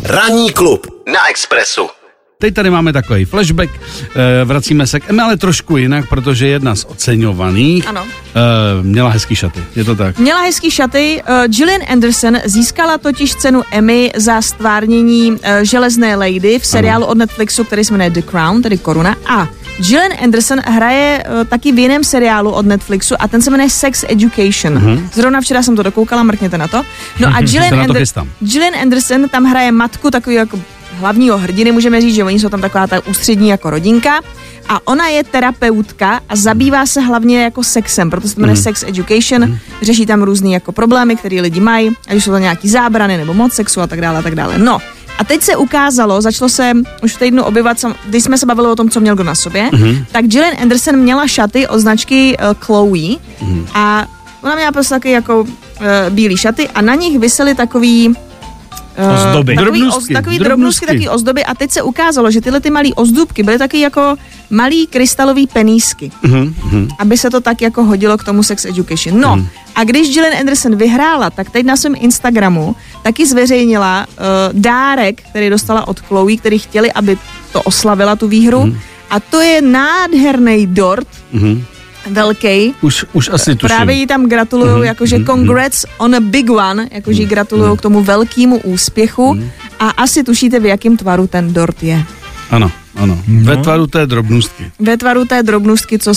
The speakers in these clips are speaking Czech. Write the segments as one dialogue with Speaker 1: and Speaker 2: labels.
Speaker 1: Ranní klub na Expressu.
Speaker 2: Teď tady máme takový flashback, vracíme se k Emmě, ale trošku jinak, protože jedna z oceňovaných měla hezký šaty, je to tak?
Speaker 3: Měla hezký šaty, Gillian Anderson získala totiž cenu Emmy za stvárnění železné lady v seriálu od Netflixu, který se jmenuje The Crown, tedy Koruna, a Gillian Anderson hraje taky v jiném seriálu od Netflixu a ten se jmenuje Sex Education. Zrovna včera jsem to dokoukala, mrkněte na to. No a Gillian Anderson tam hraje matku takový jako hlavního hrdiny, můžeme říct, že oni jsou tam taková ta ústřední jako rodinka a ona je terapeutka a zabývá se hlavně jako sexem, proto se to jmenuje Sex Education, řeší tam různý jako problémy, které lidi mají, ať jsou to nějaký zábrany nebo moc sexu a tak dále a tak dále. No a teď se ukázalo, začalo se už v týdnu objevovat, když jsme se bavili o tom, co měl kdo na sobě, tak Gillian Anderson měla šaty od značky Chloe a ona měla prostě taky jako bílý šaty a na nich visely takový
Speaker 4: ozdoby.
Speaker 3: Takový drobnůstky, takový ozdoby a teď se ukázalo, že tyhle ty malý ozdůbky byly taky jako malý krystalový penísky. Aby se to tak jako hodilo k tomu Sex Education. No, a když Gillian Anderson vyhrála, tak teď na svém Instagramu taky zveřejnila dárek, který dostala od Chloe, který chtěli, aby to oslavila tu výhru. A to je nádherný dort, velký.
Speaker 2: Už asi tuším.
Speaker 3: Právě jí tam gratulujou, jakože congrats on a big one, jakože jí gratulujou k tomu velkému úspěchu a asi tušíte, v jakém tvaru ten dort je.
Speaker 2: Ano. Ve tvaru té drobnůstky.
Speaker 3: Ve tvaru té drobnůstky, co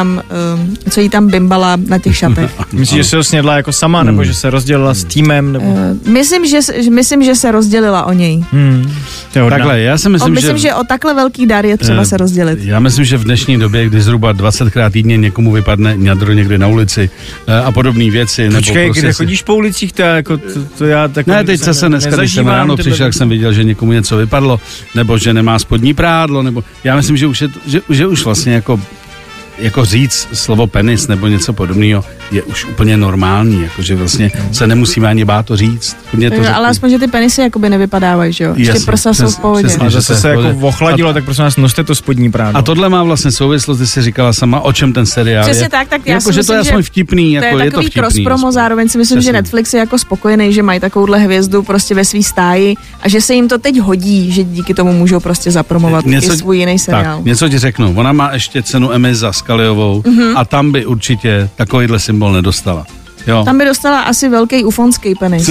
Speaker 3: jí tam bimbala na těch šatech.
Speaker 4: Myslíš, že se ho snědla jako sama, nebo že se rozdělila s týmem? Nebo...
Speaker 3: Myslím, že se rozdělila o něj.
Speaker 2: Takhle, já si myslím,
Speaker 3: že o takhle velký dar je třeba se rozdělit.
Speaker 2: Já myslím, že v dnešní době, kdy zhruba 20krát týdně někomu vypadne ňadro někde na ulici a podobné věci.
Speaker 4: Počkej, prostě kde chodíš po ulicích, to já tak...
Speaker 2: Ne, teď se dneska, když jsem ráno přišel, jak jsem viděl, že někomu něco vypadlo, nebo že nemá spodní prádlo, nebo já myslím, že už vlastně jako říct slovo penis nebo něco podobného je už úplně normální, jakože vlastně se nemusíme ani bát to říct.
Speaker 3: Ale aspoň, že ty penisy jakoby nevypadávají, že jo? Ještě prsa jsou v pohodě.
Speaker 4: A zase se jako ochladilo, tak prosím nás noste to spodní prádlo.
Speaker 2: A tohle má vlastně souvislost, ty jsi říkala sama, o čem ten seriál
Speaker 3: přesně
Speaker 2: je.
Speaker 3: tak já
Speaker 2: jako,
Speaker 3: si myslím,
Speaker 2: to je aspoň vtipný, jako je to vtipný.
Speaker 3: Cross-promo, zároveň si myslím, že Netflix je jako spokojený, že mají takovouhle hvězdu prostě ve svý stáji a že se jim to teď hodí, že díky tomu můžou prostě zapromovat i svůj jiný seriál.
Speaker 2: Tak, něco ti řeknu, ona má ještě cenu Emmy za Scullyovou a tam by určitě takovýhle symbol nedostala. Jo.
Speaker 3: Tam by dostala asi velký ufonský penis.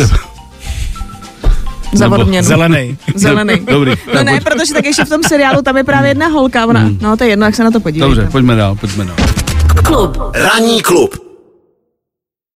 Speaker 3: Za odměnu. Zelený.
Speaker 2: Dobrý.
Speaker 3: No ne, protože tak ještě v tom seriálu tam je právě jedna holka. Ona, no to je jedno, jak se na to podíváte.
Speaker 2: Dobře, pojďme dál.
Speaker 1: Ranní klub